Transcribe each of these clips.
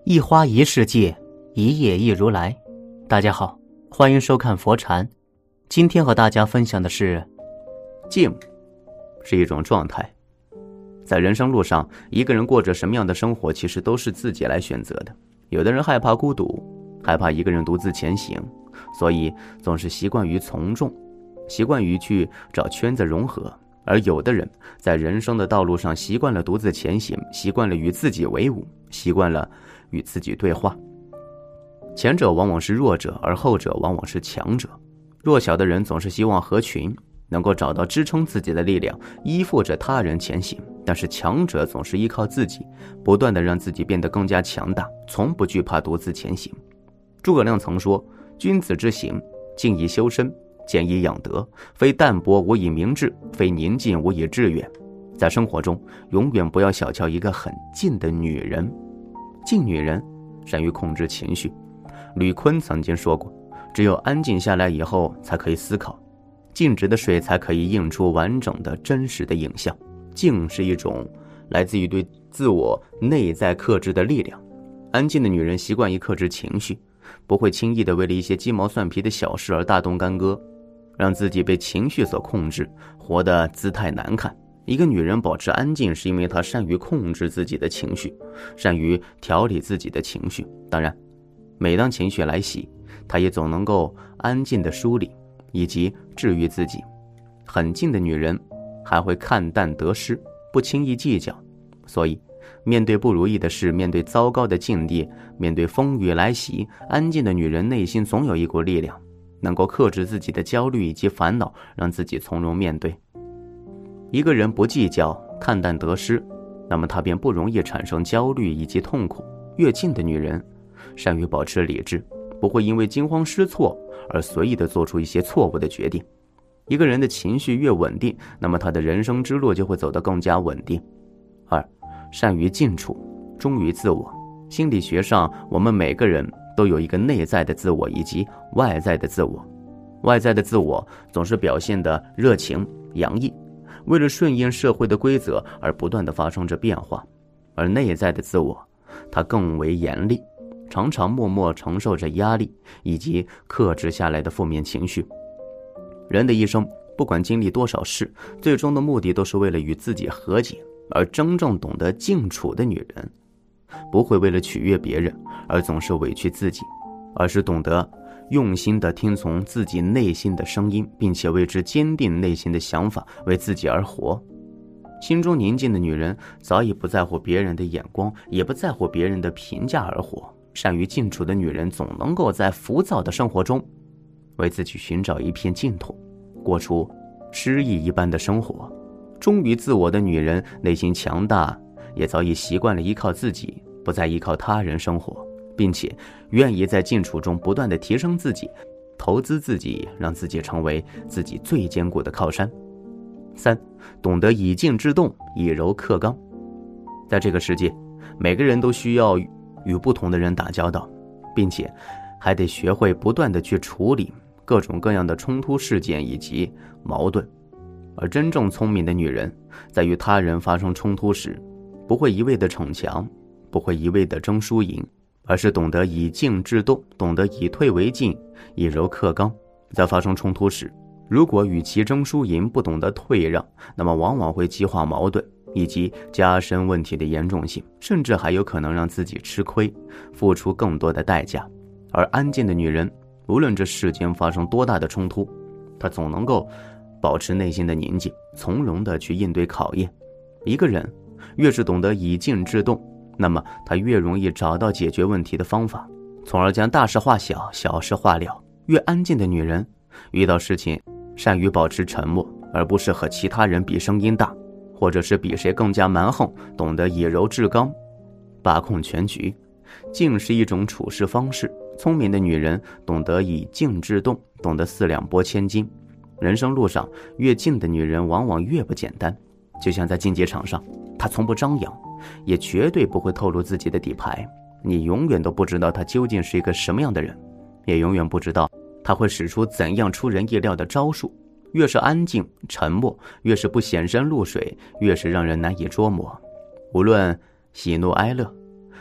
一花一世界，一叶一如来。大家好，欢迎收看佛禅。今天和大家分享的是，静是一种状态。在人生路上，一个人过着什么样的生活，其实都是自己来选择的。有的人害怕孤独，害怕一个人独自前行，所以总是习惯于从众，习惯于去找圈子融合。而有的人在人生的道路上习惯了独自前行，习惯了与自己为伍，习惯了与自己对话。前者往往是弱者，而后者往往是强者。弱小的人总是希望合群，能够找到支撑自己的力量，依附着他人前行。但是强者总是依靠自己，不断地让自己变得更加强大，从不惧怕独自前行。诸葛亮曾说，君子之行，静以修身，俭以养德，非淡泊无以明志，非宁静无以致远。在生活中，永远不要小瞧一个很静的女人。静女人善于控制情绪。吕坤曾经说过，只有安静下来以后才可以思考，静止的水才可以映出完整的真实的影像。静是一种来自于对自我内在克制的力量。安静的女人习惯于克制情绪，不会轻易的为了一些鸡毛蒜皮的小事而大动干戈，让自己被情绪所控制，活得姿态难看。一个女人保持安静，是因为她善于控制自己的情绪，善于调理自己的情绪。当然，每当情绪来袭，她也总能够安静的梳理以及治愈自己。很静的女人还会看淡得失，不轻易计较。所以面对不如意的事，面对糟糕的境地，面对风雨来袭，安静的女人内心总有一股力量，能够克制自己的焦虑以及烦恼，让自己从容面对。一个人不计较，看淡得失，那么他便不容易产生焦虑以及痛苦。越静的女人善于保持理智，不会因为惊慌失措而随意地做出一些错误的决定。一个人的情绪越稳定，那么他的人生之路就会走得更加稳定。二，善于静处，忠于自我。心理学上，我们每个人都有一个内在的自我以及外在的自我。外在的自我总是表现得热情洋溢，为了顺应社会的规则而不断地发生着变化。而内在的自我，它更为严厉，常常默默承受着压力以及克制下来的负面情绪。人的一生不管经历多少事，最终的目的都是为了与自己和解。而真正懂得静处的女人，不会为了取悦别人而总是委屈自己，而是懂得用心地听从自己内心的声音，并且为之坚定内心的想法，为自己而活。心中宁静的女人早已不在乎别人的眼光，也不在乎别人的评价而活。善于静处的女人总能够在浮躁的生活中为自己寻找一片净土，过出诗意一般的生活。忠于自我的女人内心强大，也早已习惯了依靠自己，不再依靠他人生活，并且愿意在静处中不断地提升自己，投资自己，让自己成为自己最坚固的靠山。三，懂得以静制动，以柔克刚。在这个世界，每个人都需要与不同的人打交道，并且还得学会不断地去处理各种各样的冲突事件以及矛盾。而真正聪明的女人，在与他人发生冲突时，不会一味的逞强，不会一味的争输赢，而是懂得以静制动，懂得以退为进，以柔克刚。在发生冲突时，如果与其争输赢，不懂得退让，那么往往会激化矛盾，以及加深问题的严重性，甚至还有可能让自己吃亏，付出更多的代价。而安静的女人，无论这世间发生多大的冲突，她总能够保持内心的宁静，从容地去应对考验。一个人越是懂得以静制动，那么他越容易找到解决问题的方法，从而将大事化小，小事化了。越安静的女人，遇到事情善于保持沉默，而不是和其他人比声音大，或者是比谁更加蛮横，懂得以柔制刚，把控全局。静是一种处事方式，聪明的女人懂得以静制动，懂得四两拨千斤。人生路上，越静的女人往往越不简单。就像在竞技场上，她从不张扬，也绝对不会透露自己的底牌。你永远都不知道她究竟是一个什么样的人，也永远不知道她会使出怎样出人意料的招数。越是安静沉默，越是不显山露水，越是让人难以捉摸。无论喜怒哀乐，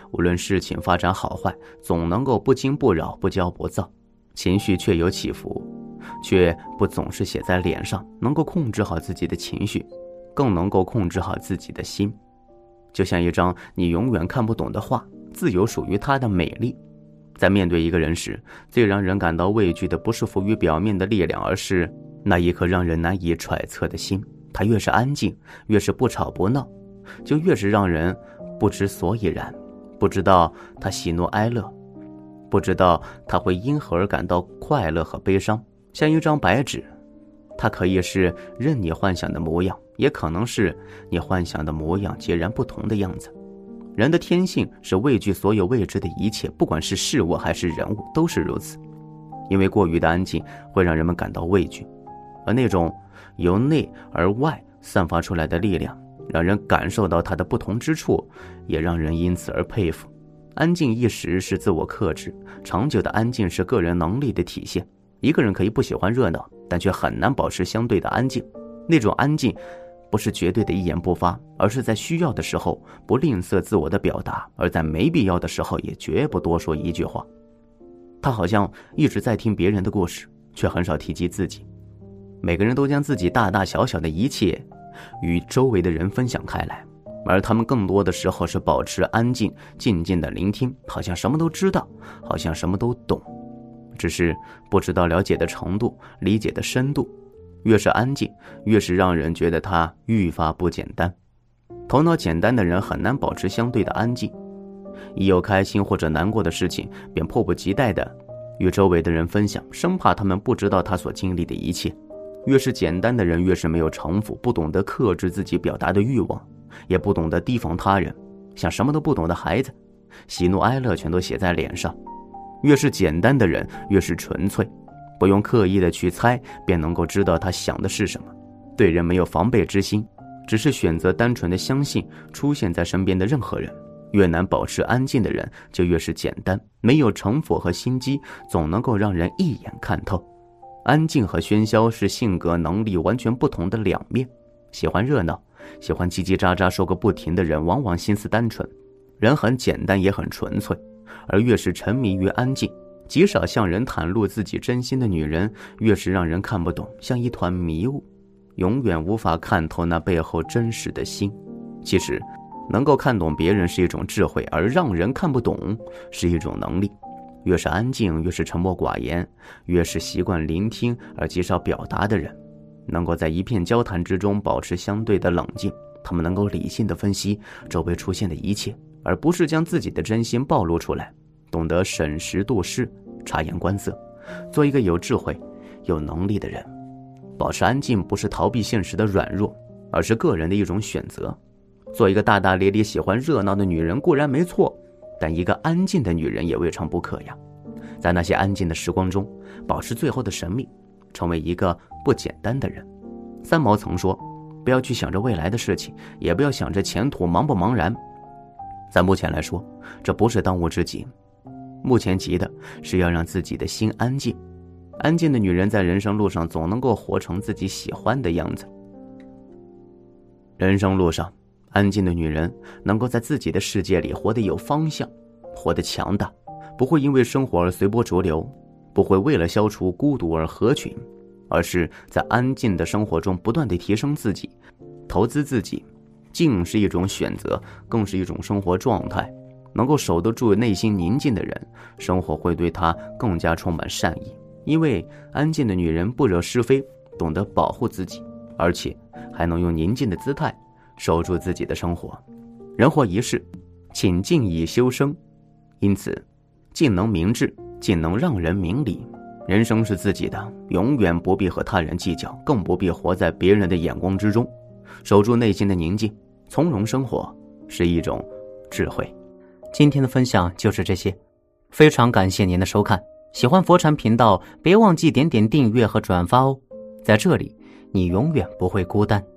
无论事情发展好坏，总能够不惊不扰，不骄不躁，情绪却有起伏，却不总是写在脸上，能够控制好自己的情绪，更能够控制好自己的心。就像一张你永远看不懂的画，自有属于它的美丽。在面对一个人时，最让人感到畏惧的不是浮于表面的力量，而是那一颗让人难以揣测的心。他越是安静，越是不吵不闹，就越是让人不知所以然，不知道他喜怒哀乐，不知道他会因何而感到快乐和悲伤。像一张白纸，它可以是任你幻想的模样，也可能是你幻想的模样截然不同的样子。人的天性是畏惧所有未知的一切，不管是事物还是人物，都是如此。因为过于的安静会让人们感到畏惧，而那种由内而外散发出来的力量，让人感受到它的不同之处，也让人因此而佩服。安静一时是自我克制，长久的安静是个人能力的体现。一个人可以不喜欢热闹，但却很难保持相对的安静。那种安静不是绝对的一言不发，而是在需要的时候不吝啬自我的表达，而在没必要的时候也绝不多说一句话。他好像一直在听别人的故事，却很少提及自己。每个人都将自己大大小小的一切与周围的人分享开来，而他们更多的时候是保持安静，静静的聆听，好像什么都知道，好像什么都懂，只是不知道了解的程度，理解的深度。越是安静，越是让人觉得他愈发不简单。头脑简单的人很难保持相对的安静，一有开心或者难过的事情，便迫不及待地与周围的人分享，生怕他们不知道他所经历的一切。越是简单的人，越是没有城府，不懂得克制自己表达的欲望，也不懂得提防他人，像什么都不懂的孩子，喜怒哀乐全都写在脸上。越是简单的人，越是纯粹，不用刻意的去猜，便能够知道他想的是什么。对人没有防备之心，只是选择单纯的相信出现在身边的任何人。越难保持安静的人，就越是简单，没有城府和心机，总能够让人一眼看透。安静和喧嚣是性格能力完全不同的两面。喜欢热闹，喜欢叽叽喳喳说个不停的人，往往心思单纯，人很简单也很纯粹。而越是沉迷于安静，极少向人袒露自己真心的女人，越是让人看不懂，像一团迷雾，永远无法看透那背后真实的心。其实能够看懂别人是一种智慧，而让人看不懂是一种能力。越是安静，越是沉默寡言，越是习惯聆听而极少表达的人，能够在一片交谈之中保持相对的冷静。他们能够理性地分析周围出现的一切，而不是将自己的真心暴露出来，懂得审时度势，察言观色，做一个有智慧有能力的人。保持安静不是逃避现实的软弱，而是个人的一种选择。做一个大大咧咧喜欢热闹的女人固然没错，但一个安静的女人也未尝不可呀。在那些安静的时光中，保持最后的神秘，成为一个不简单的人。三毛曾说，不要去想着未来的事情，也不要想着前途茫不茫然。在目前来说，这不是当务之急，目前急的是要让自己的心安静。安静的女人在人生路上总能够活成自己喜欢的样子。人生路上，安静的女人能够在自己的世界里活得有方向，活得强大，不会因为生活而随波逐流，不会为了消除孤独而合群，而是在安静的生活中不断地提升自己，投资自己。静是一种选择，更是一种生活状态。能够守得住内心宁静的人，生活会对他更加充满善意。因为安静的女人不惹是非，懂得保护自己，而且还能用宁静的姿态守住自己的生活。人活一世，请静以修身，因此静能明志，静能让人明理。人生是自己的，永远不必和他人计较，更不必活在别人的眼光之中。守住内心的宁静，从容生活是一种智慧。今天的分享就是这些，非常感谢您的收看。喜欢佛禅频道，别忘记点点订阅和转发哦。在这里，你永远不会孤单。